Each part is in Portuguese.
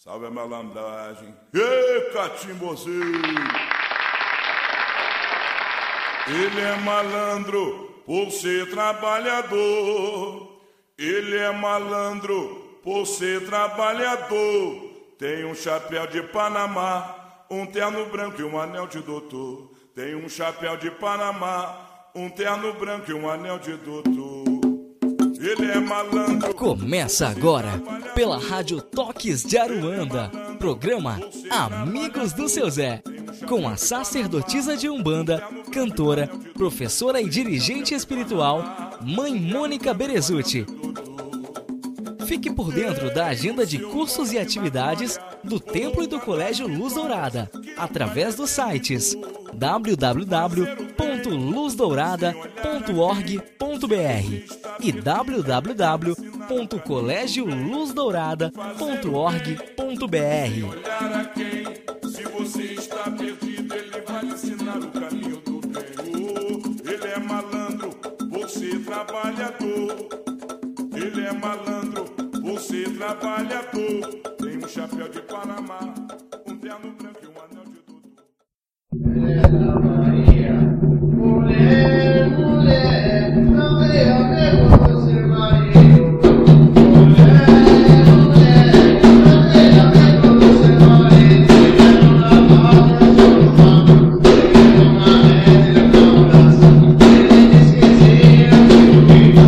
Salve a malandragem. Ê, catimbozeiro! Ele é malandro por ser trabalhador. Ele é malandro por ser trabalhador. Tem um chapéu de Panamá, um terno branco e um anel de doutor. Tem um chapéu de Panamá, um terno branco e um anel de doutor. Ele é malandro. Começa agora, pela Rádio Toques de Aruanda, programa Amigos do Seu Zé, com a sacerdotisa de Umbanda, cantora, professora e dirigente espiritual, Mãe Mônica Berezutti. Fique por dentro da agenda de cursos e atividades do Templo e do Colégio Luz Dourada, através dos sites www.luzdourada.org.br e www.colégio-luzdourada.org.br. Se você está perdido, ele vai ensinar o caminho do bem. Ele é malandro, você trabalhador. Ele é malandro, você trabalhador. Tem um chapéu de Panamá, um terno branco e um anel de doutor. Mulher, mulher, não venha ver você, marido. Mulher, mulher, não venha ver você, marido. Na mão, na rede, na coração. Ele disse que sim, eu menina,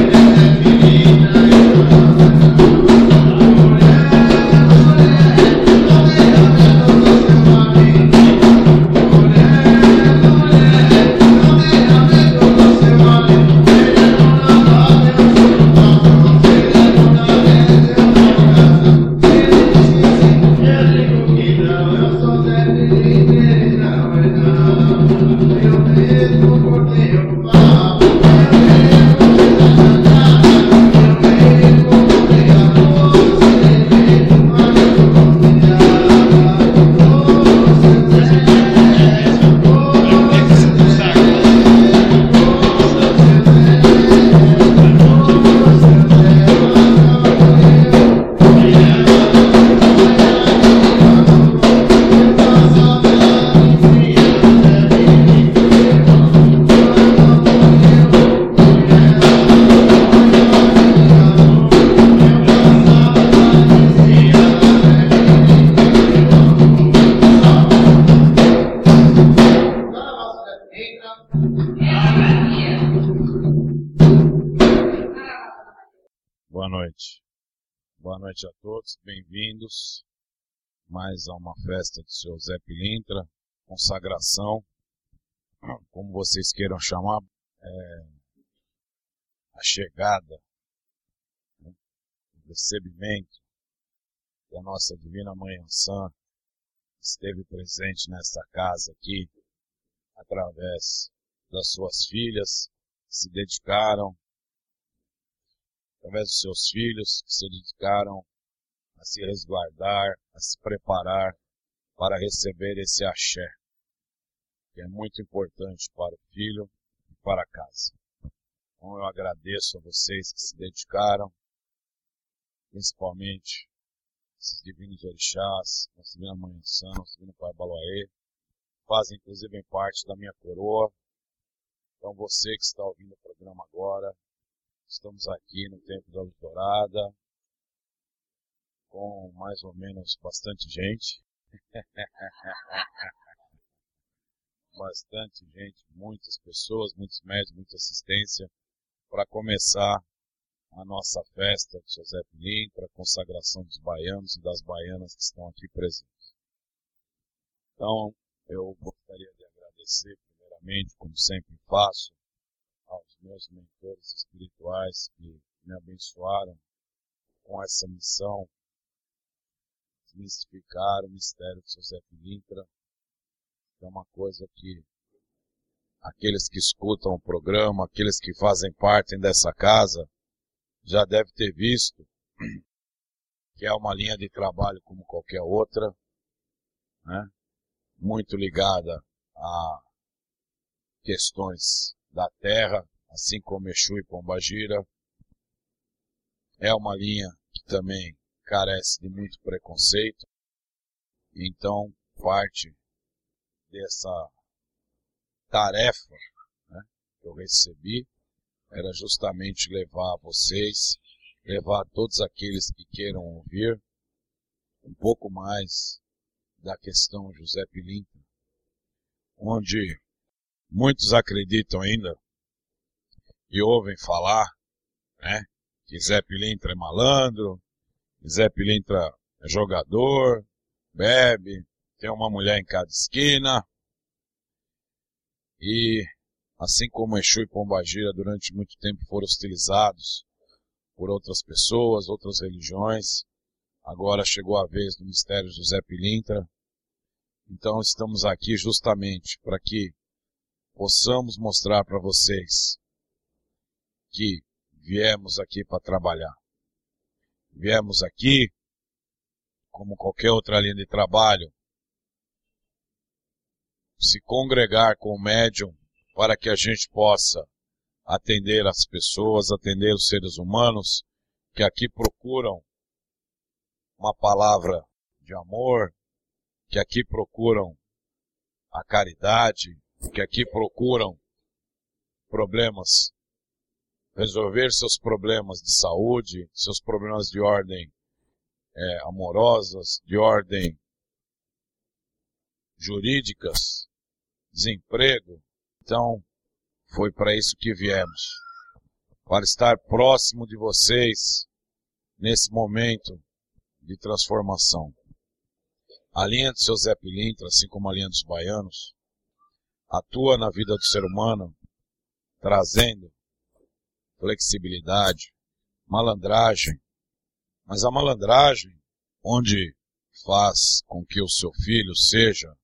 Boa noite a todos, bem-vindos mais a uma festa do seu Zé Pilintra, consagração, como vocês queiram chamar, a chegada, o recebimento da nossa Divina Mãe Ansã, que esteve presente nesta casa aqui, através das suas filhas, que se dedicaram, através dos seus filhos, que se dedicaram a se resguardar, a se preparar para receber esse axé, que é muito importante para o filho e para a casa. Então eu agradeço a vocês que se dedicaram, principalmente esses divinos orixás, nossa Divina Mãe Ansã, nosso Divino Pai Baloaê, fazem inclusive parte da minha coroa. Então você que está ouvindo o programa agora, estamos aqui no Templo da Luz Dourada, com mais ou menos bastante gente. Bastante gente, muitas pessoas, muitos médicos, muita assistência, para começar a nossa festa do seu Zé Pilintra, a consagração dos baianos e das baianas que estão aqui presentes. Então, eu gostaria de agradecer, primeiramente, como sempre faço, aos meus mentores espirituais que me abençoaram com essa missão de mistificar o mistério de seu Zé Pilintra. É uma coisa que aqueles que escutam o programa, aqueles que fazem parte dessa casa, já devem ter visto que é uma linha de trabalho como qualquer outra, né? Muito ligada a questões da terra, assim como Exu e Pombagira. É uma linha que também carece de muito preconceito. Então, parte dessa tarefa, né, que eu recebi era justamente levar a vocês, levar a todos aqueles que queiram ouvir um pouco mais da questão José Pilintra, onde muitos acreditam ainda e ouvem falar, né, que Zé Pilintra é malandro, que Zé Pilintra é jogador, bebe, tem uma mulher em cada esquina. E assim como Exu e Pombagira durante muito tempo foram hostilizados por outras pessoas, outras religiões, agora chegou a vez do mistério José Pilintra. Então estamos aqui justamente para que possamos mostrar para vocês que viemos aqui para trabalhar. Viemos aqui, como qualquer outra linha de trabalho, se congregar com o médium para que a gente possa atender as pessoas, atender os seres humanos que aqui procuram uma palavra de amor, que aqui procuram a caridade, que aqui procuram problemas, resolver seus problemas de saúde, seus problemas de ordem amorosas, de ordem jurídicas, desemprego. Então, foi para isso que viemos, para estar próximo de vocês nesse momento de transformação. A linha do seu Zé Pilintra, assim como a linha dos baianos, atua na vida do ser humano, trazendo flexibilidade, malandragem, mas a malandragem, onde faz com que o seu filho seja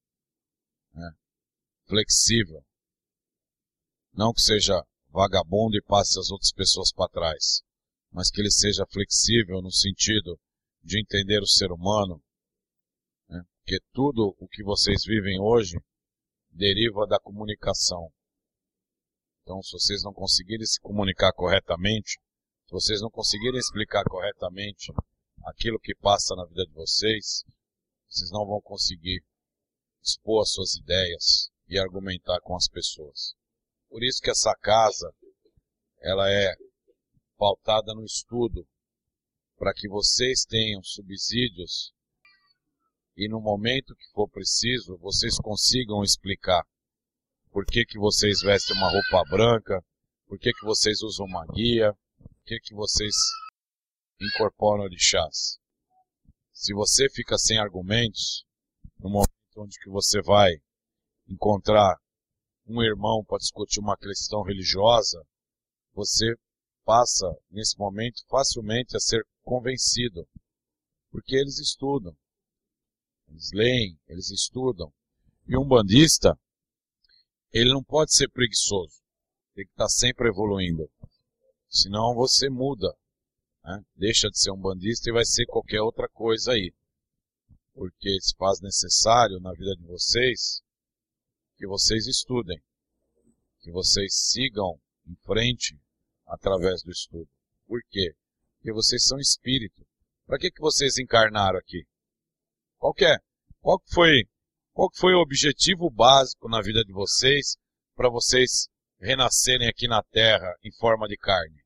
flexível, não que seja vagabundo e passe as outras pessoas para trás, mas que ele seja flexível no sentido de entender o ser humano, né? Porque tudo o que vocês vivem hoje deriva da comunicação. Então, se vocês não conseguirem se comunicar corretamente, se vocês não conseguirem explicar corretamente aquilo que passa na vida de vocês, vocês não vão conseguir expor as suas ideias e argumentar com as pessoas. Por isso que essa casa, ela é pautada no estudo, para que vocês tenham subsídios e no momento que for preciso, vocês consigam explicar por que que vocês vestem uma roupa branca, por que que vocês usam uma guia, por que que vocês incorporam orixás. Se você fica sem argumentos, no momento onde que você vai encontrar um irmão para discutir uma questão religiosa, você passa, nesse momento, facilmente a ser convencido, porque eles estudam, eles leem, eles estudam. E um bandista, ele não pode ser preguiçoso, tem que estar sempre evoluindo, senão você muda, né? Deixa de ser um bandista e vai ser qualquer outra coisa aí, porque se faz necessário na vida de vocês que vocês estudem, que vocês sigam em frente através do estudo. Por quê? Porque vocês são espírito. Para que vocês encarnaram aqui? Qual que foi o objetivo básico na vida de vocês para vocês renascerem aqui na Terra em forma de carne?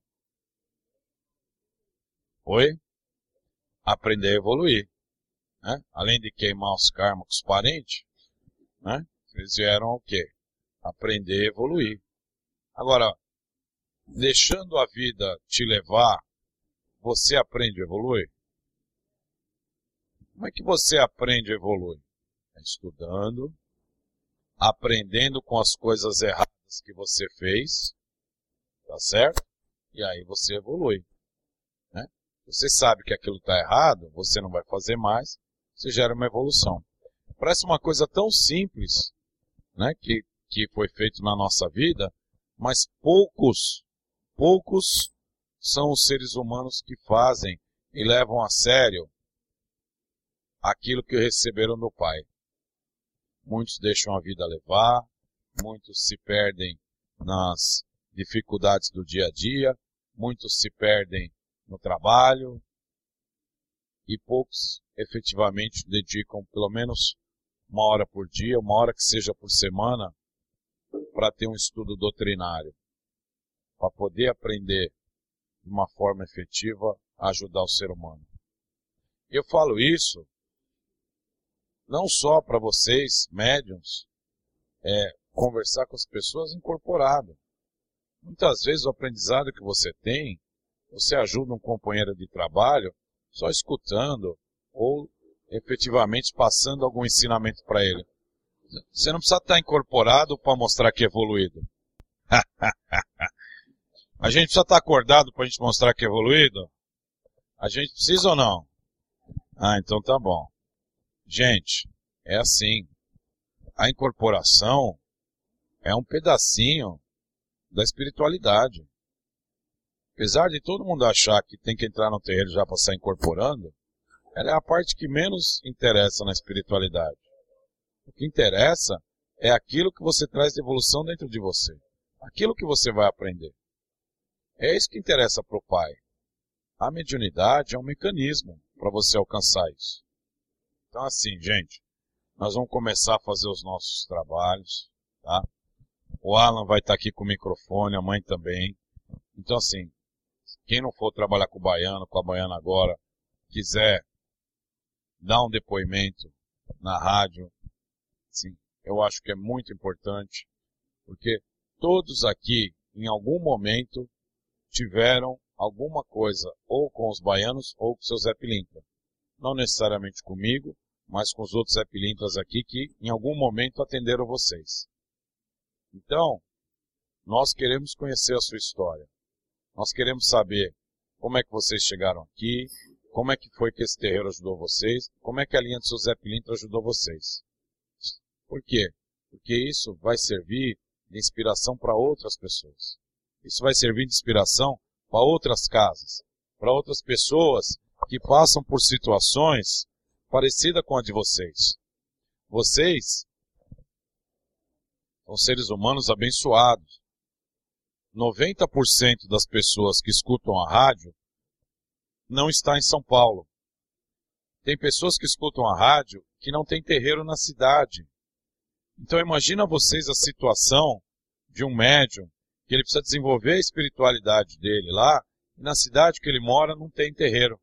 Foi aprender a evoluir, né? Além de queimar os karmas com os parentes, né? Eles vieram o quê? Aprender a evoluir. Agora, deixando a vida te levar, você aprende a evoluir? Como é que você aprende a evoluir? É estudando, aprendendo com as coisas erradas que você fez, tá certo? E aí você evolui, né? Você sabe que aquilo está errado, você não vai fazer mais, você gera uma evolução. Parece uma coisa tão simples, né, que foi feito na nossa vida, mas poucos são os seres humanos que fazem e levam a sério aquilo que receberam do Pai. Muitos deixam a vida levar, muitos se perdem nas dificuldades do dia a dia, muitos se perdem no trabalho, e poucos efetivamente dedicam pelo menos 1 hora por dia, 1 hora que seja por semana, para ter um estudo doutrinário, para poder aprender de uma forma efetiva a ajudar o ser humano. Eu falo isso não só para vocês, médiuns, conversar com as pessoas incorporadas. Muitas vezes o aprendizado que você tem, você ajuda um companheiro de trabalho só escutando ou efetivamente passando algum ensinamento para ele. Você não precisa estar incorporado para mostrar que é evoluído. A gente precisa estar acordado para a gente mostrar que é evoluído? A gente precisa ou não? Ah, então tá bom. Gente, é assim. A incorporação é um pedacinho da espiritualidade. Apesar de todo mundo achar que tem que entrar no terreiro já para sair incorporando, ela é a parte que menos interessa na espiritualidade. O que interessa é aquilo que você traz de evolução dentro de você. Aquilo que você vai aprender. É isso que interessa para o Pai. A mediunidade é um mecanismo para você alcançar isso. Então assim, gente, nós vamos começar a fazer os nossos trabalhos, tá? O Alan vai estar aqui com o microfone, a mãe também. Então assim, quem não for trabalhar com o baiano, com a baiana agora, quiser dar um depoimento na rádio, sim, eu acho que é muito importante, porque todos aqui, em algum momento, tiveram alguma coisa, ou com os baianos, ou com o seu Zé Pilintra. Não necessariamente comigo, mas com os outros Zé Pilintras aqui, que em algum momento atenderam vocês. Então, nós queremos conhecer a sua história. Nós queremos saber como é que vocês chegaram aqui, como é que foi que esse terreiro ajudou vocês, como é que a linha do seu Zé Pilintra ajudou vocês. Por quê? Porque isso vai servir de inspiração para outras pessoas. Isso vai servir de inspiração para outras casas, para outras pessoas que passam por situações parecidas com a de vocês. Vocês são seres humanos abençoados. 90% das pessoas que escutam a rádio não está em São Paulo. Tem pessoas que escutam a rádio que não tem terreiro na cidade. Então imagina vocês a situação de um médium que ele precisa desenvolver a espiritualidade dele lá, e na cidade que ele mora não tem terreiro.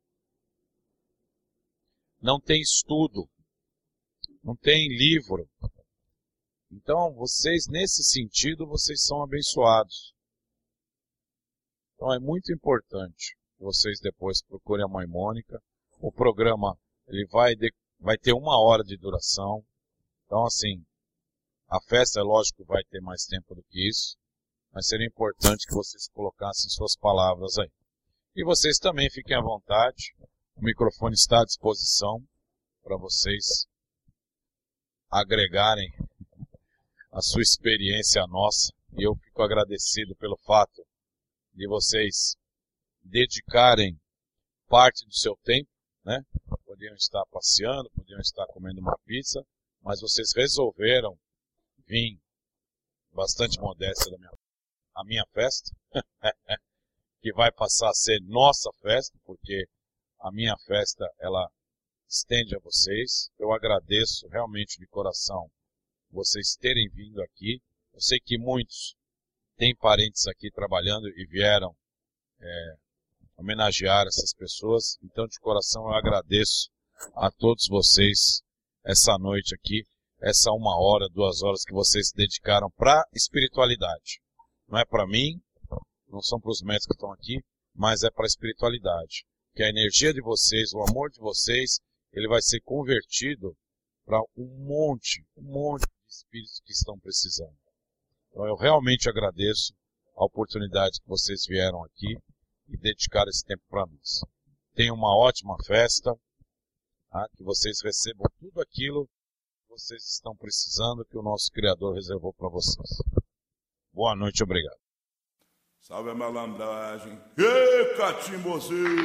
Não tem estudo. Não tem livro. Então vocês, nesse sentido, vocês são abençoados. Então é muito importante que vocês depois procurem a Mãe Mônica. O programa ele vai ter 1 hora de duração. Então assim, a festa é lógico que vai ter mais tempo do que isso, mas seria importante que vocês colocassem suas palavras aí. E vocês também fiquem à vontade, o microfone está à disposição para vocês agregarem a sua experiência à nossa. E eu fico agradecido pelo fato de vocês dedicarem parte do seu tempo, né? Podiam estar passeando, podiam estar comendo uma pizza, mas vocês resolveram vir, bastante modéstia a minha festa, que vai passar a ser nossa festa, porque a minha festa, ela estende a vocês. Eu agradeço realmente de coração vocês terem vindo aqui. Eu sei que muitos têm parentes aqui trabalhando e vieram homenagear essas pessoas. Então, de coração, eu agradeço a todos vocês essa noite aqui, essa 1 hora, 2 horas que vocês se dedicaram para espiritualidade. Não é para mim, não são para os médicos que estão aqui, mas é para a espiritualidade. Que a energia de vocês, o amor de vocês, ele vai ser convertido para um monte de espíritos que estão precisando. Então eu realmente agradeço a oportunidade que vocês vieram aqui e dedicaram esse tempo para nós. Tenham uma ótima festa, tá? Que vocês recebam tudo aquilo que vocês estão precisando, que o nosso Criador reservou para vocês. Boa noite, obrigado. Salve a malandragem. Ê, catimbozinho!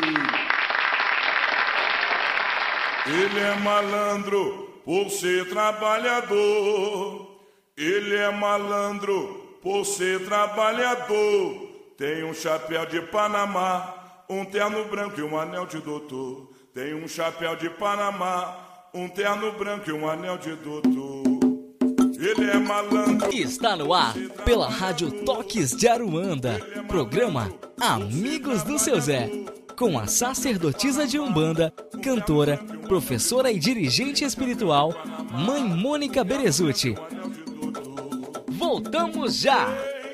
Ele é malandro por ser trabalhador. Ele é malandro por ser trabalhador. Tem um chapéu de Panamá, um terno branco e um anel de doutor. tem um chapéu de Panamá, um terno branco e um anel de doutor. Ele é malandro. Está no ar, pela Rádio Toques de Aruanda, programa Amigos do Seu Zé, com a sacerdotisa de Umbanda, cantora, professora e dirigente espiritual, Mãe Mônica Berezutti. Voltamos já!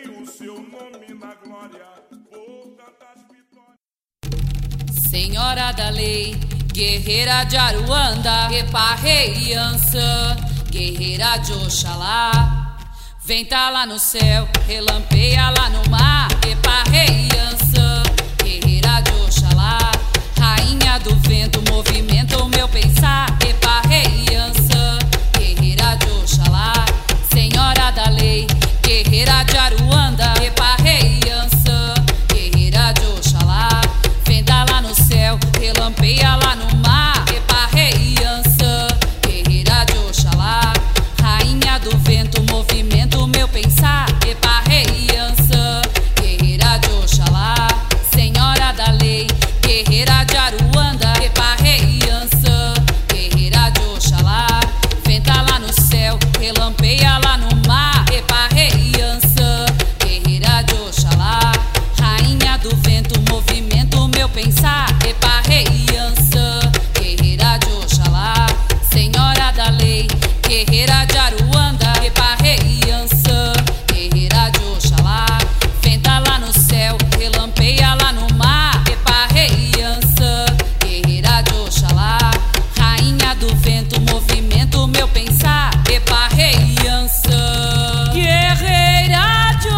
Senhora da lei, guerreira de Aruanda, Eparrei Ançã, guerreira de Oxalá. Venta lá no céu, relampeia lá no mar, Eparrei Ançã, guerreira de Oxalá. Rainha do vento, movimenta o meu pensar, Eparrei Ançã, guerreira de Oxalá. Senhora da lei, guerreira de Aruanda, Eparrei Ançã, guerreira de Oxalá. Venta lá no céu, relampeia lá no mar, Eparrei Ançã, guerreira de Oxalá. Rainha do vento, movimenta o meu pensar, Eparrei Ançã, guerreira de Oxalá. Senhora da lei, guerreira de Aruanda, Eparrei Ançã, guerreira de Oxalá. Venta lá no céu, relampeia lá no mar, Eparrei Ançã, guerreira de Oxalá. Rainha do vento, movimenta o meu pensar, Eparrei Ançã, guerreira de Oxalá. Senhora da lei, guerreira de Aruanda, Eparrei Ançã, guerreira de Oxalá. Venta lá no céu, relampeia lá no mar, Eparrei Ançã, guerreira de Oxalá. Rainha do vento, movimenta o meu pensar, Eparrei Ançã, guerreira de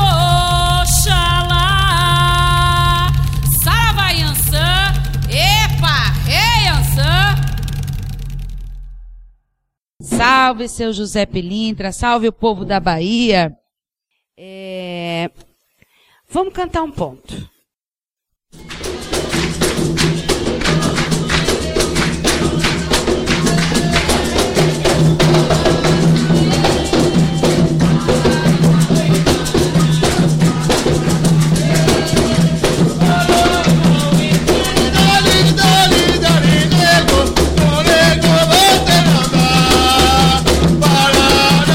Oxalá. Saravai Ançã, Eparrei Ançã. Salve, seu José Pilintra, salve o povo da Bahia. Vamos cantar um ponto.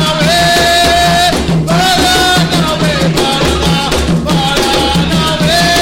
Paranauê,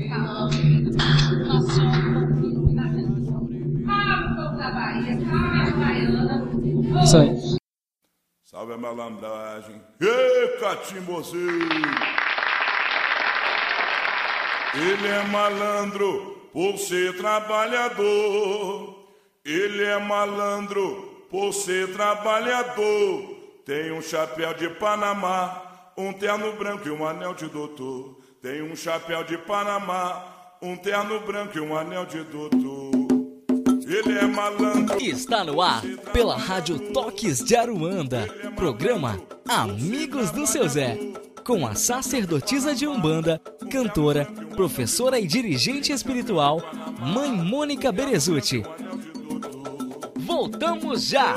Isso aí. Salve a malandragem. Ê, catimbozinho! Ele é malandro por ser trabalhador. Ele é malandro por ser trabalhador. Tem um chapéu de Panamá, um terno branco e um anel de doutor. Tem um chapéu de Panamá, um terno branco e um anel de doutor. Ele é malandro. Está no ar, pela Rádio Toques de Aruanda, programa Amigos do Seu Zé, com a sacerdotisa de Umbanda, cantora, professora e dirigente espiritual, Mãe Mônica Berezutti. Voltamos já!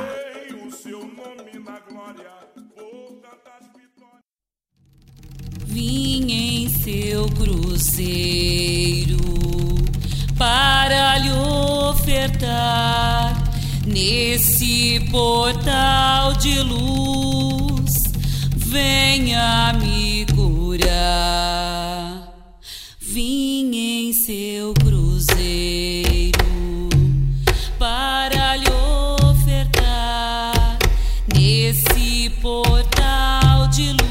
Vim em seu cruzeiro para lhe ofertar nesse portal de luz. Venha me curar. Vim em seu cruzeiro para lhe ofertar nesse portal de luz.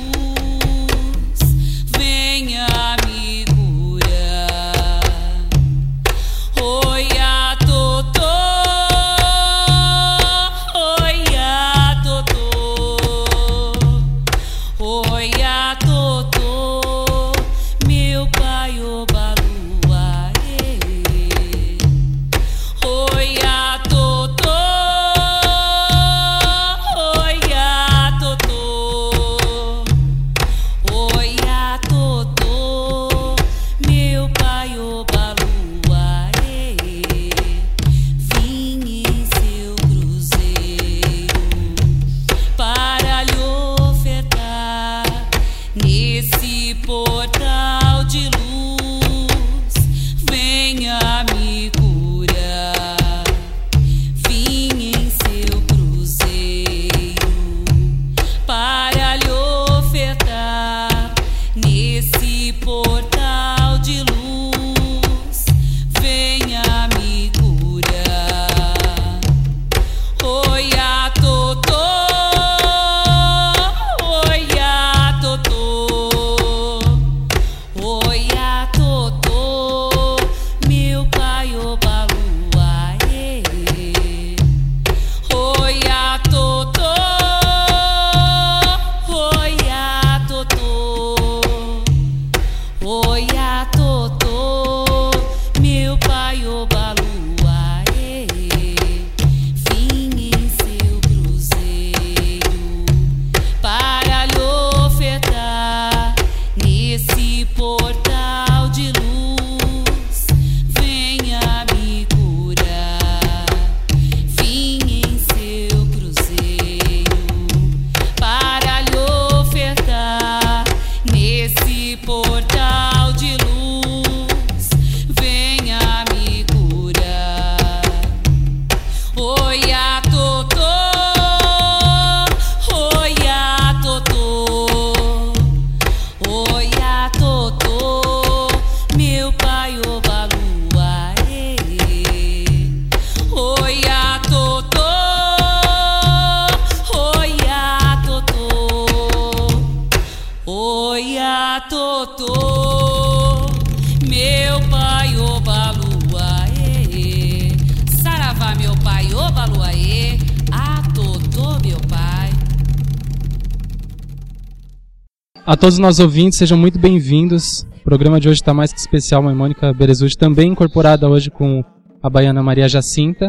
A todos os nossos ouvintes, sejam muito bem-vindos. O programa de hoje está mais que especial. Mãe Mônica Berezutti também incorporada hoje com a baiana Maria Jacinta.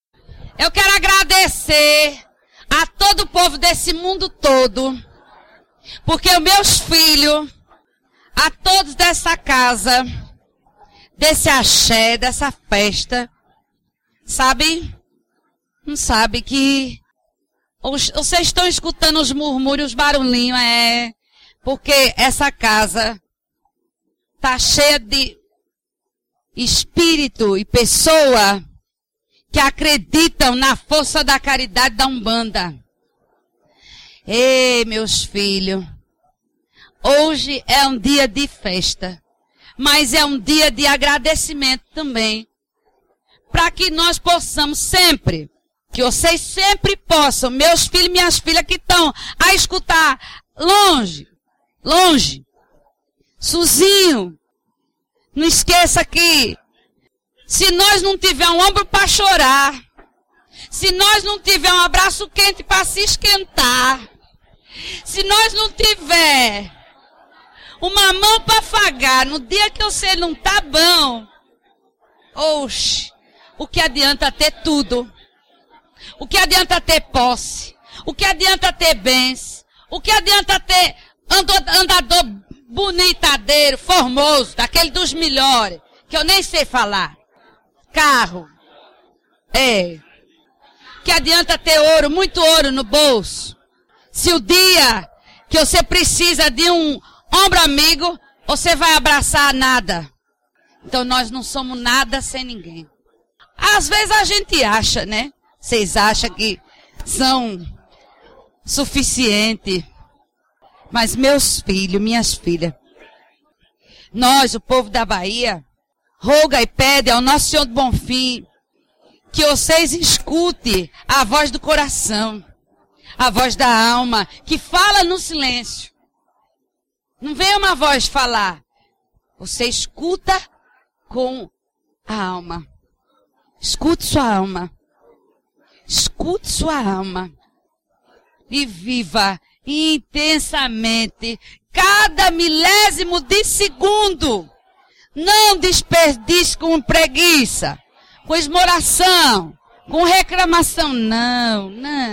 Eu quero agradecer a todo o povo desse mundo todo, porque os meus filhos, a todos dessa casa, desse axé, dessa festa, sabe? Não sabe que vocês estão escutando os murmúrios, os barulhinhos, porque essa casa tá cheia de espírito e pessoa que acreditam na força da caridade da Umbanda. Ei, meus filhos, hoje é um dia de festa. mas é um dia de agradecimento também. Para que nós possamos sempre, que vocês sempre possam, meus filhos e minhas filhas que estão a escutar longe, Suzinho, não esqueça que se nós não tiver um ombro para chorar, se nós não tiver um abraço quente para se esquentar, se nós não tiver uma mão para afagar no dia que você não tá bom, oxe, o que adianta ter tudo? O que adianta ter posse? O que adianta ter bens? O que adianta ter andador bonitadeiro, formoso, daquele dos melhores, que eu nem sei falar? Carro. Que adianta ter ouro, muito ouro no bolso? Se o dia que você precisa de um ombro amigo, você vai abraçar nada. Então nós não somos nada sem ninguém. Às vezes a gente acha, né? Vocês acham que são suficientes. Mas meus filhos, minhas filhas, nós, o povo da Bahia, roga e pede ao Nosso Senhor do Bonfim que vocês escutem a voz do coração, a voz da alma, que fala no silêncio. Não vem uma voz falar. Você escuta com a alma. Escute sua alma. Escute sua alma. E viva intensamente cada milésimo de segundo. Não desperdice com preguiça, com esmoração, com reclamação. Não.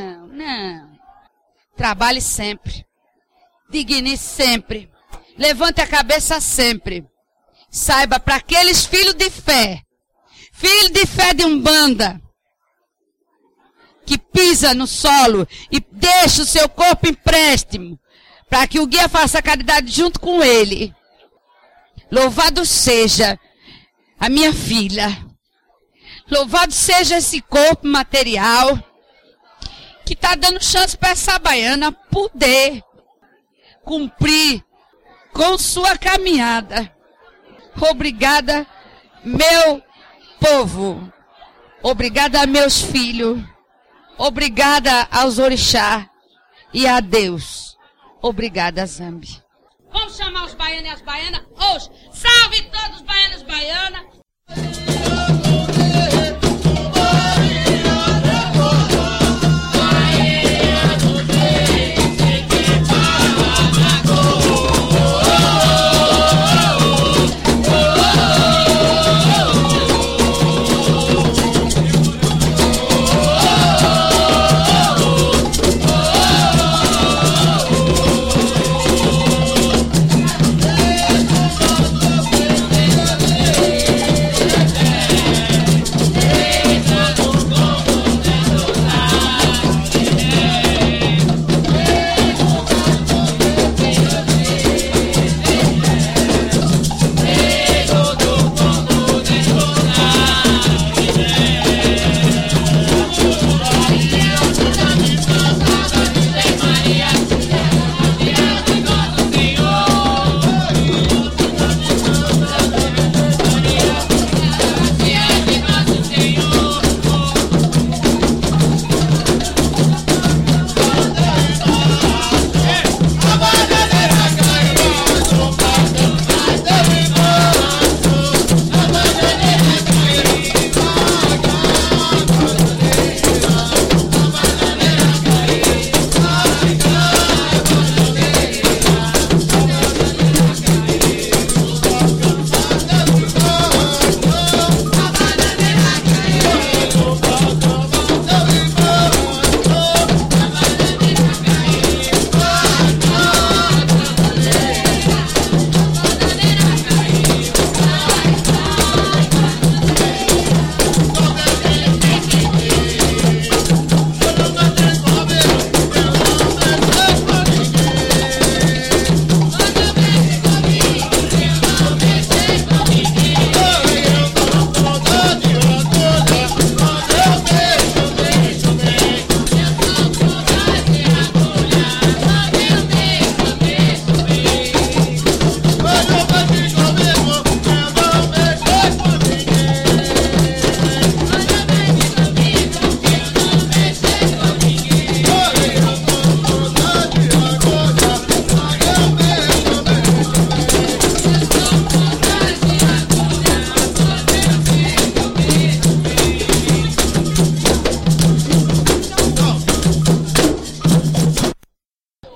Trabalhe sempre. Dignize sempre. Levante a cabeça sempre. Saiba, para aqueles filhos de fé de Umbanda, que pisa no solo e deixa o seu corpo empréstimo, para que o guia faça caridade junto com ele. Louvado seja a minha filha. Louvado seja esse corpo material que está dando chance para essa baiana poder cumprir com sua caminhada. Obrigada, meu povo. Obrigada, meus filhos. Obrigada aos orixá e a Deus. Obrigada, Zambi. Vamos chamar os baianos e as baianas hoje. Salve todos os baianos e baianas.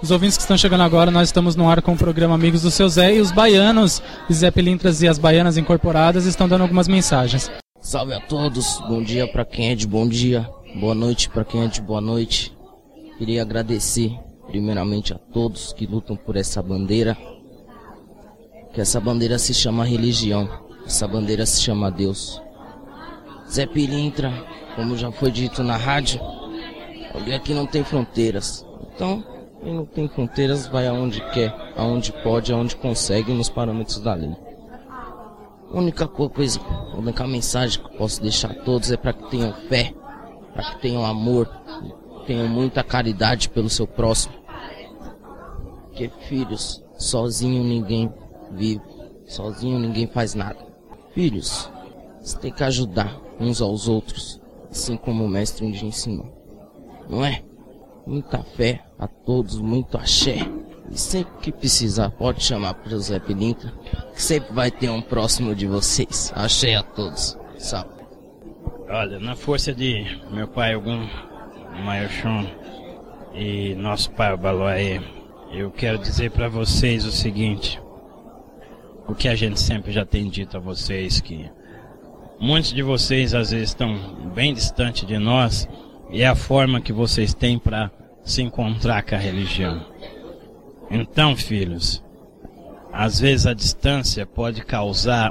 Os ouvintes que estão chegando agora, nós estamos no ar com o programa Amigos do Seu Zé, e os baianos, Zé Pilintras e as baianas incorporadas, estão dando algumas mensagens. Salve a todos, bom dia para quem é de bom dia, boa noite para quem é de boa noite. Queria agradecer primeiramente a todos que lutam por essa bandeira, que essa bandeira se chama religião, essa bandeira se chama Deus. Zé Pilintra, como já foi dito na rádio, alguém aqui não tem fronteiras, então quem não tem fronteiras vai aonde quer, aonde pode, aonde consegue, nos parâmetros da lei. A única mensagem que eu posso deixar a todos é para que tenham fé, para que tenham amor, tenham muita caridade pelo seu próximo. Porque, filhos, sozinho ninguém vive, sozinho ninguém faz nada. Filhos, você tem que ajudar uns aos outros, assim como o mestre nos ensinou, não é? Muita fé a todos, muito axé. E sempre que precisar, pode chamar para o Zé Pilintra, que sempre vai ter um próximo de vocês. Axé a todos. Salve. Olha, na força de meu pai Ogum, Maiochum e nosso pai Obaloaê, eu quero dizer para vocês o seguinte, o que a gente sempre já tem dito a vocês, que muitos de vocês às vezes estão bem distante de nós, e é a forma que vocês têm para se encontrar com a religião. Então, filhos, às vezes a distância pode causar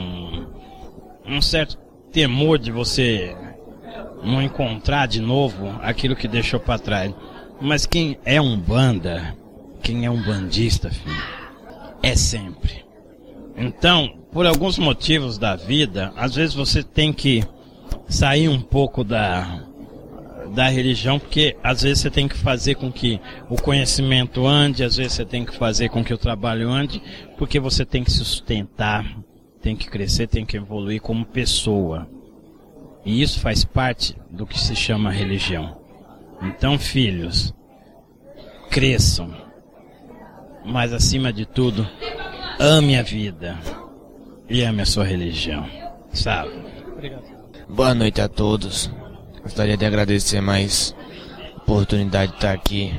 um certo temor de você não encontrar de novo aquilo que deixou para trás. Mas quem é umbanda, quem é umbandista, filho, é sempre. Então, por alguns motivos da vida, às vezes você tem que sair um pouco da religião, porque às vezes você tem que fazer com que o conhecimento ande, às vezes você tem que fazer com que o trabalho ande, porque você tem que se sustentar, tem que crescer, tem que evoluir como pessoa. E isso faz parte do que se chama religião. Então, filhos, cresçam, mas acima de tudo, ame a vida e ame a sua religião, sabe? Obrigado. Boa noite a todos. Gostaria de agradecer mais a oportunidade de estar aqui,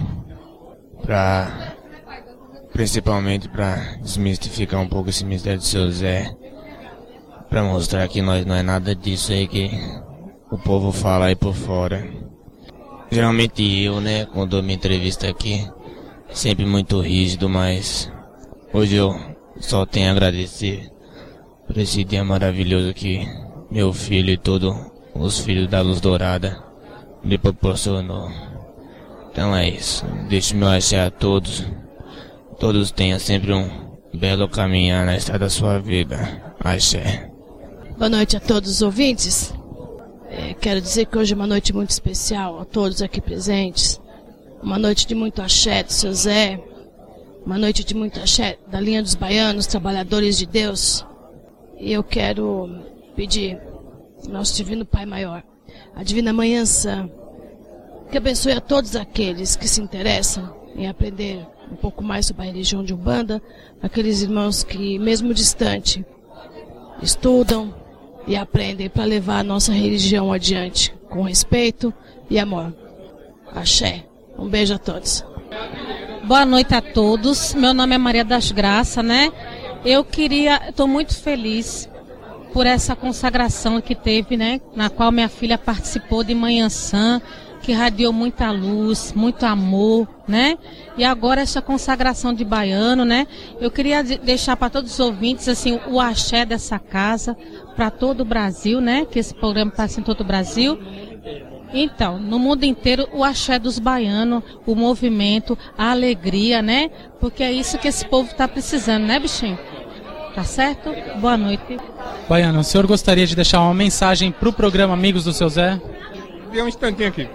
principalmente para desmistificar um pouco esse mistério do Seu Zé, para mostrar que nós não é nada disso aí que o povo fala aí por fora. Geralmente eu, né, quando dou minha entrevista aqui, sempre muito rígido, mas hoje eu só tenho a agradecer por esse dia maravilhoso que meu filho e todos os filhos da Luz Dourada me proporcionou. Então é isso, deixo meu axé a todos. Todos tenham sempre um belo caminhar na estrada da sua vida. Axé. Boa noite a todos os ouvintes. Quero dizer que hoje é uma noite muito especial a todos aqui presentes. Uma noite de muito axé do Seu Zé. Uma noite de muito axé da linha dos baianos, trabalhadores de Deus. E eu quero pedir ao nosso Divino Pai Maior, a Divina Mãe Ansã, que abençoe a todos aqueles que se interessam em aprender um pouco mais sobre a religião de Umbanda, aqueles irmãos que, mesmo distante, estudam e aprendem para levar a nossa religião adiante com respeito e amor. Axé. Um beijo a todos. Boa noite a todos. Meu nome é Maria das Graças, né? Estou muito feliz por essa consagração que teve, né? Na qual minha filha participou de Manhã Sã, que radiou muita luz, muito amor, né? E agora essa consagração de baiano, né? Eu queria deixar para todos os ouvintes, assim, o axé dessa casa, para todo o Brasil, né? Que esse programa passa em todo o Brasil. Então, no mundo inteiro, o axé dos baianos, o movimento, a alegria, né? Porque é isso que esse povo está precisando, né, bichinho? Tá certo? Boa noite. Baiano, o senhor gostaria de deixar uma mensagem para o programa Amigos do Seu Zé? Dê um instantinho aqui.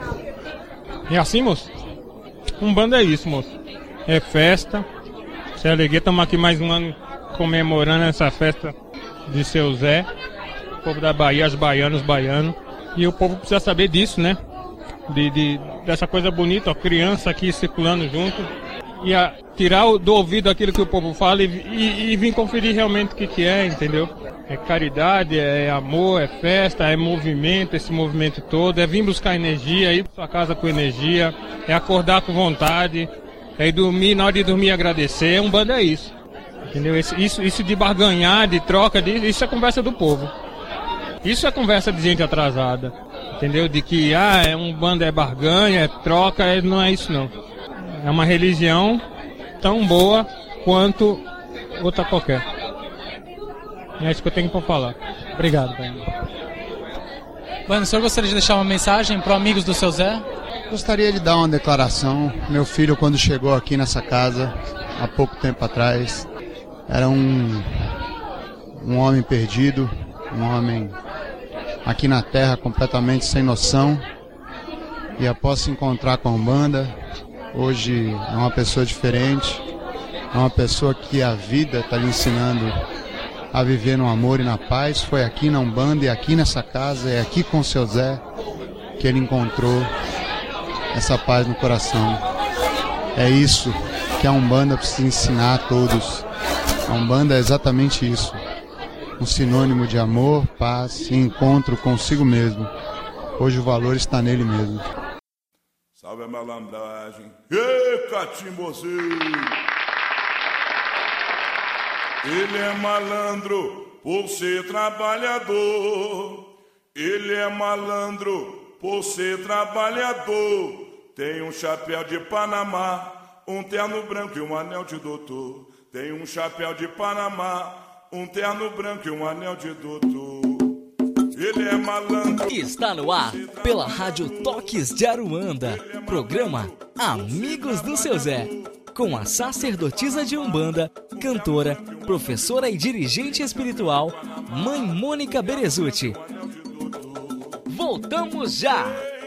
E assim, moço? Umbanda é isso, moço. É festa. Se alegria, estamos aqui mais um ano comemorando essa festa de Seu Zé. O povo da Bahia, os baianos. E o povo precisa saber disso, né? Dessa coisa bonita, ó, criança aqui circulando junto. E tirar do ouvido aquilo que o povo fala e vir conferir realmente o que é, entendeu? É caridade, é amor, é festa, é movimento, esse movimento todo. É vir buscar energia, ir para sua casa com energia. É acordar com vontade. Aí dormir, na hora de dormir agradecer, Umbanda é isso. Entendeu? Isso de barganhar, de troca, isso é conversa do povo. Isso é conversa de gente atrasada. Entendeu? De que Umbanda é barganha, é troca, não é isso não. É uma religião tão boa quanto outra qualquer. É isso que eu tenho para falar. Obrigado, Baiano. Baiano, o senhor gostaria de deixar uma mensagem para amigos do seu Zé? Gostaria de dar uma declaração. Meu filho, quando chegou aqui nessa casa, há pouco tempo atrás, era um homem perdido, um homem aqui na terra completamente sem noção. E após se encontrar com a Umbanda, hoje é uma pessoa diferente, é uma pessoa que a vida está lhe ensinando a viver no amor e na paz. Foi aqui na Umbanda e aqui nessa casa, é aqui com o seu Zé que ele encontrou essa paz no coração. É isso que a Umbanda precisa ensinar a todos. A Umbanda é exatamente isso, um sinônimo de amor, paz e encontro consigo mesmo. Hoje o valor está nele mesmo. Salve a malandragem. Ê, catimbozinho! Ele é malandro por ser trabalhador. Ele é malandro por ser trabalhador. Tem um chapéu de Panamá, um terno branco e um anel de doutor. Tem um chapéu de Panamá, um terno branco e um anel de doutor. Ele é malandro. Está no ar, pela Rádio Toques de Aruanda, programa Amigos do Seu Zé, com a sacerdotisa de Umbanda, cantora, professora e dirigente espiritual, Mãe Mônica Berezutti. Voltamos já!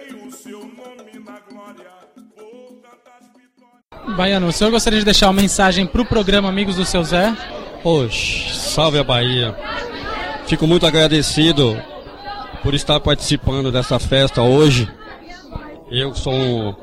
Baiano, o senhor gostaria de deixar uma mensagem para o programa Amigos do Seu Zé? Poxa, salve a Bahia. Fico muito agradecido por estar participando dessa festa hoje. Eu sou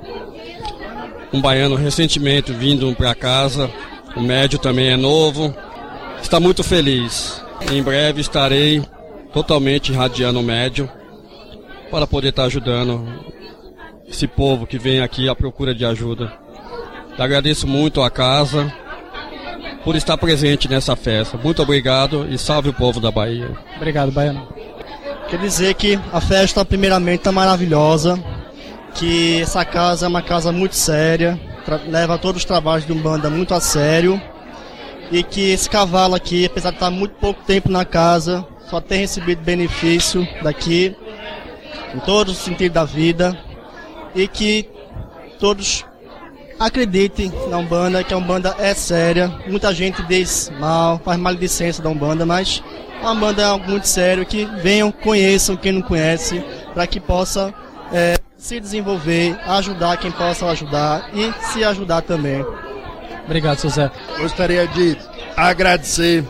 um baiano recentemente vindo para casa. O médio também é novo. Está muito feliz. Em breve estarei totalmente irradiando o médio para poder estar ajudando esse povo que vem aqui à procura de ajuda. Agradeço muito a casa por estar presente nessa festa. Muito obrigado e salve o povo da Bahia. Obrigado, Baiano. Quer dizer que a festa primeiramente está maravilhosa, que essa casa é uma casa muito séria, leva todos os trabalhos de Umbanda muito a sério, e que esse cavalo aqui, apesar de estar muito pouco tempo na casa, só tem recebido benefício daqui, em todos os sentidos da vida, e que todos acreditem na Umbanda, que a Umbanda é séria. Muita gente diz mal, faz maledicência da Umbanda, mas a Umbanda é algo muito sério, que venham, conheçam quem não conhece, para que possa se desenvolver, ajudar quem possa ajudar e se ajudar também. Obrigado, seu Zé. Gostaria de agradecer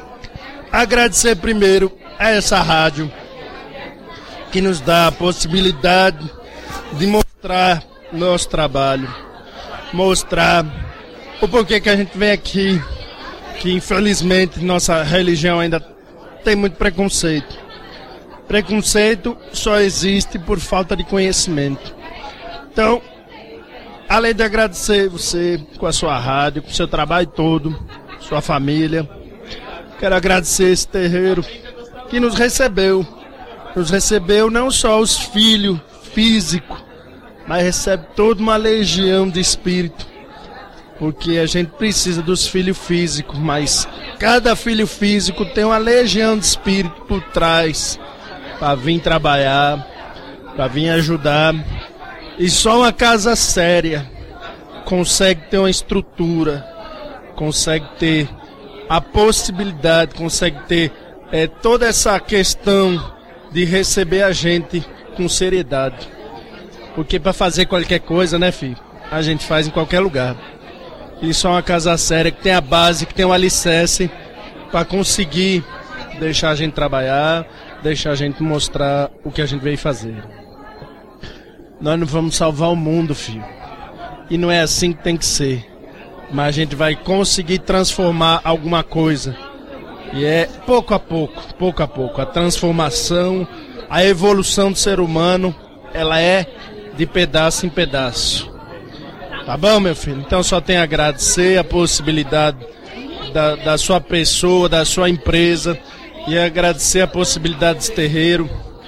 primeiro a essa rádio que nos dá a possibilidade de mostrar nosso trabalho, mostrar o porquê que a gente vem aqui, que infelizmente nossa religião ainda tem muito preconceito. Preconceito só existe por falta de conhecimento. Então, além de agradecer você com a sua rádio, com o seu trabalho todo, sua família, quero agradecer esse terreiro que nos recebeu. Nos recebeu não só os filhos físicos, mas recebe toda uma legião de espírito. Porque a gente precisa dos filhos físicos, mas cada filho físico tem uma legião de espírito por trás para vir trabalhar, para vir ajudar. E só uma casa séria consegue ter uma estrutura, consegue ter a possibilidade, consegue ter toda essa questão de receber a gente com seriedade. Porque para fazer qualquer coisa, né, filho, a gente faz em qualquer lugar. E só uma casa séria que tem a base, que tem um alicerce para conseguir deixar a gente trabalhar, deixar a gente mostrar o que a gente veio fazer. Nós não vamos salvar o mundo, filho. E não é assim que tem que ser. Mas a gente vai conseguir transformar alguma coisa. E é pouco a pouco. A transformação, a evolução do ser humano, ela é de pedaço em pedaço. Tá bom, meu filho? Então só tenho a agradecer a possibilidade da sua pessoa, da sua empresa, e agradecer a possibilidade desse terreiro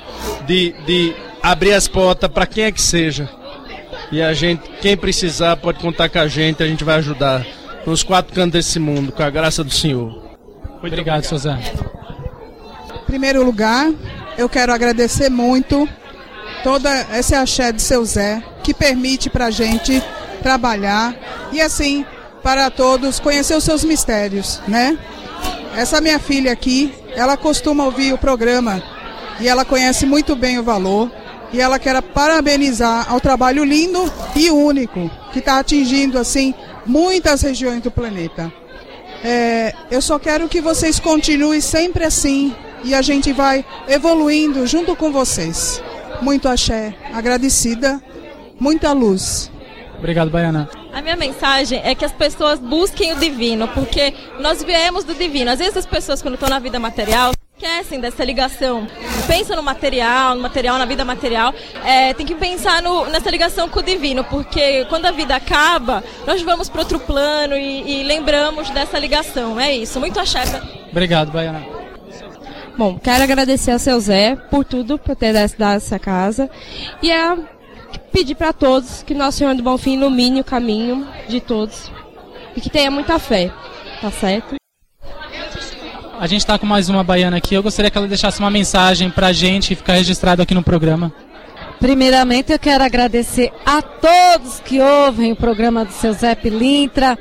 de abrir as portas para quem é que seja. E a gente, quem precisar, pode contar com a gente vai ajudar nos 4 cantos desse mundo, com a graça do Senhor. Muito obrigado, seu Zé. Em primeiro lugar, eu quero agradecer muito todo esse axé de seu Zé, que permite para a gente trabalhar e assim, para todos, conhecer os seus mistérios, né? Essa minha filha aqui, ela costuma ouvir o programa e ela conhece muito bem o valor e ela quer parabenizar ao trabalho lindo e único que está atingindo, assim, muitas regiões do planeta. Eu só quero que vocês continuem sempre assim e a gente vai evoluindo junto com vocês. Muito axé, agradecida, muita luz. Obrigado, Baiana. A minha mensagem é que as pessoas busquem o divino, porque nós viemos do divino. Às vezes as pessoas, quando estão na vida material, esquecem dessa ligação. Pensam no material, na vida material. Tem que pensar nessa ligação com o divino, porque quando a vida acaba, nós vamos para outro plano e lembramos dessa ligação. É isso. Muito axé. Obrigado, Baiana. Bom, quero agradecer ao seu Zé por tudo, por ter dado essa casa. E pedir para todos que Nosso Senhor do Bom Fim ilumine o caminho de todos e que tenha muita fé, tá certo? A gente está com mais uma baiana aqui, eu gostaria que ela deixasse uma mensagem pra gente ficar registrado aqui no programa. Primeiramente eu quero agradecer a todos que ouvem o programa do seu Zé Pilintra,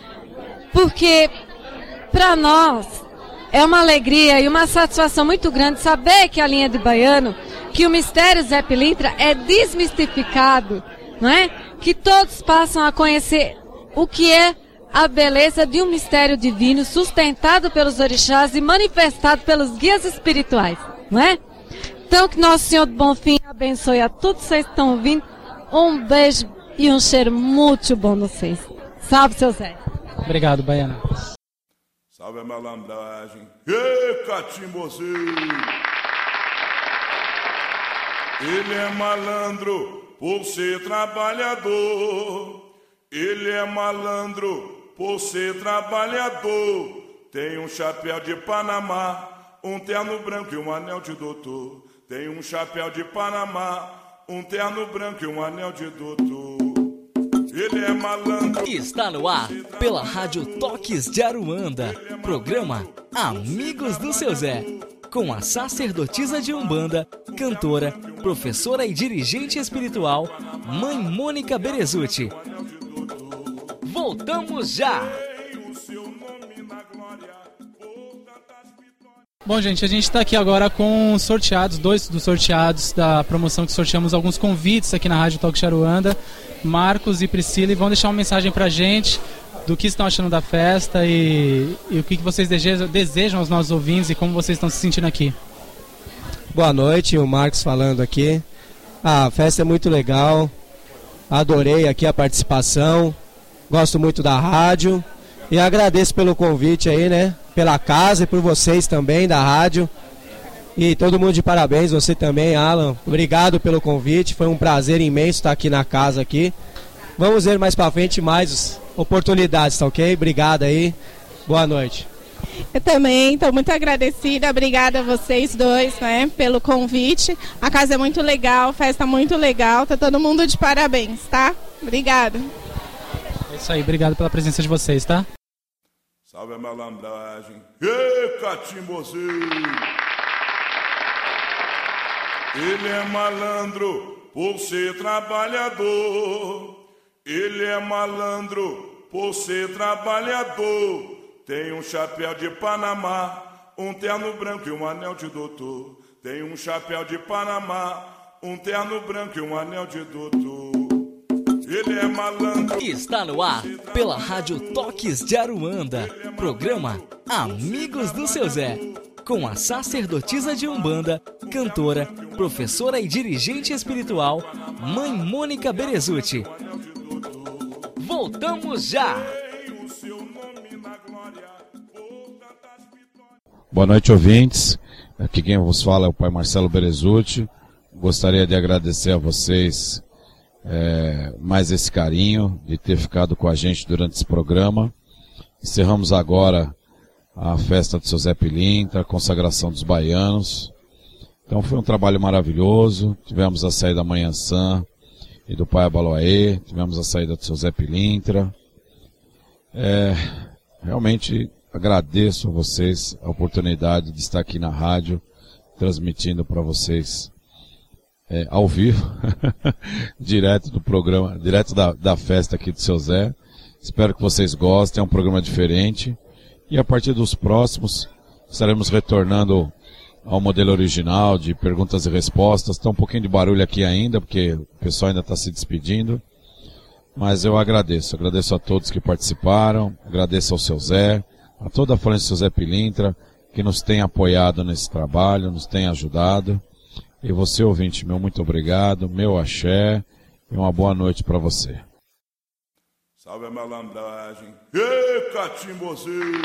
porque para nós é uma alegria e uma satisfação muito grande saber que a linha de baiano, que o mistério Zé Pilintra é desmistificado, não é? Que todos passam a conhecer o que é a beleza de um mistério divino sustentado pelos orixás e manifestado pelos guias espirituais, não é? Então que Nosso Senhor do Bom Fim abençoe a todos vocês que estão ouvindo. Um beijo e um cheiro muito bom de vocês. Salve, seu Zé. Obrigado, Baiana. Salve a malandragem. Ê, catimbozinho. Ele é malandro por ser trabalhador. Ele é malandro por ser trabalhador. Tem um chapéu de Panamá, um terno branco e um anel de doutor. Tem um chapéu de Panamá, um terno branco e um anel de doutor. Ele é malandro. Está no ar, pela Rádio Toques de Aruanda, programa Amigos do Seu Zé, com a sacerdotisa de Umbanda, cantora, professora e dirigente espiritual, Mãe Mônica Berezutti. Voltamos já! Bom, gente, a gente está aqui agora com sorteados, 2 dos sorteados da promoção que sorteamos alguns convites aqui na Rádio Toques de Aruanda, Marcos e Priscila, e vão deixar uma mensagem pra gente do que estão achando da festa e o que vocês desejam aos nossos ouvintes e como vocês estão se sentindo aqui. Boa noite, o Marcos falando aqui. A festa é muito legal, adorei aqui a participação, gosto muito da rádio e agradeço pelo convite aí, né, pela casa e por vocês também da rádio. E todo mundo de parabéns, você também, Alan. Obrigado pelo convite, foi um prazer imenso estar aqui na casa aqui. Vamos ver mais pra frente mais oportunidades, tá ok? Obrigado aí, boa noite. Eu também estou muito agradecida, obrigada a vocês dois, né, pelo convite. A casa é muito legal, festa muito legal, tá todo mundo de parabéns, tá? Obrigada. É isso aí, obrigado pela presença de vocês, tá? Salve a malandragem. Ê, catimbozinho. Ele é malandro por ser trabalhador. Ele é malandro por ser trabalhador. Tem um chapéu de Panamá, um terno branco e um anel de doutor. Tem um chapéu de Panamá, um terno branco e um anel de doutor. Ele é malandro. Está no ar, pela Rádio Toques de Aruanda, programa Amigos do Seu Zé, com a sacerdotisa de Umbanda, cantora, professora e dirigente espiritual, Mãe Mônica Berezutti. Voltamos já! Boa noite, ouvintes. Aqui quem vos fala é o pai Marcelo Berezutti. Gostaria de agradecer a vocês mais esse carinho de ter ficado com a gente durante esse programa. Encerramos agora a festa do seu Zé Pilintra, a consagração dos baianos. Então foi um trabalho maravilhoso. Tivemos a saída da Mãe Ançã e do Pai Abaloaê, tivemos a saída do seu Zé Pilintra. Realmente agradeço a vocês a oportunidade de estar aqui na rádio, transmitindo para vocês ao vivo, direto do programa, direto da festa aqui do seu Zé. Espero que vocês gostem, é um programa diferente. E a partir dos próximos, estaremos retornando ao modelo original de perguntas e respostas. Está um pouquinho de barulho aqui ainda, porque o pessoal ainda está se despedindo. Mas eu agradeço a todos que participaram, agradeço ao seu Zé, a toda a família do seu Zé Pilintra, que nos tem apoiado nesse trabalho, nos tem ajudado. E você, ouvinte, meu muito obrigado, meu axé, e uma boa noite para você. Salve a malandragem. Ê, catimbozinho!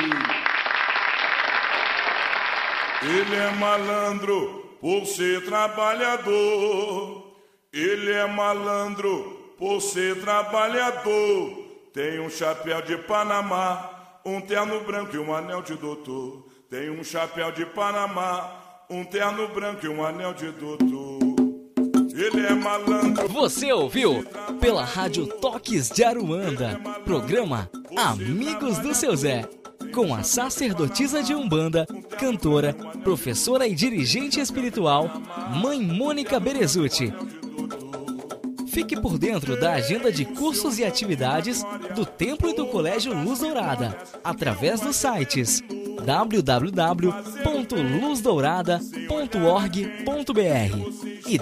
Ele é malandro por ser trabalhador. Ele é malandro por ser trabalhador. Tem um chapéu de Panamá, um terno branco e um anel de doutor. Tem um chapéu de Panamá, um terno branco e um anel de doutor. Ele é malandro. Você ouviu pela Rádio Toques de Aruanda, programa Amigos do seu Zé, com a sacerdotisa de Umbanda, cantora, professora e dirigente espiritual, Mãe Mônica Berezutti. Fique por dentro da agenda de cursos e atividades do Templo e do Colégio Luz Dourada, através dos sites www.luzdourada.org.br e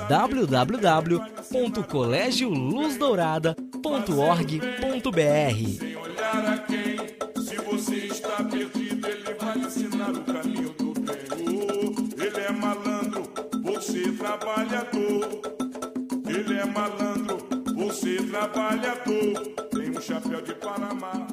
www.colégio-luzdourada.org.br. Se você está perdido, ele vai ensinar o caminho do Senhor. Ele é malandro, você trabalhador. Ele é malandro, você trabalhador. Tem um chapéu de Panamá.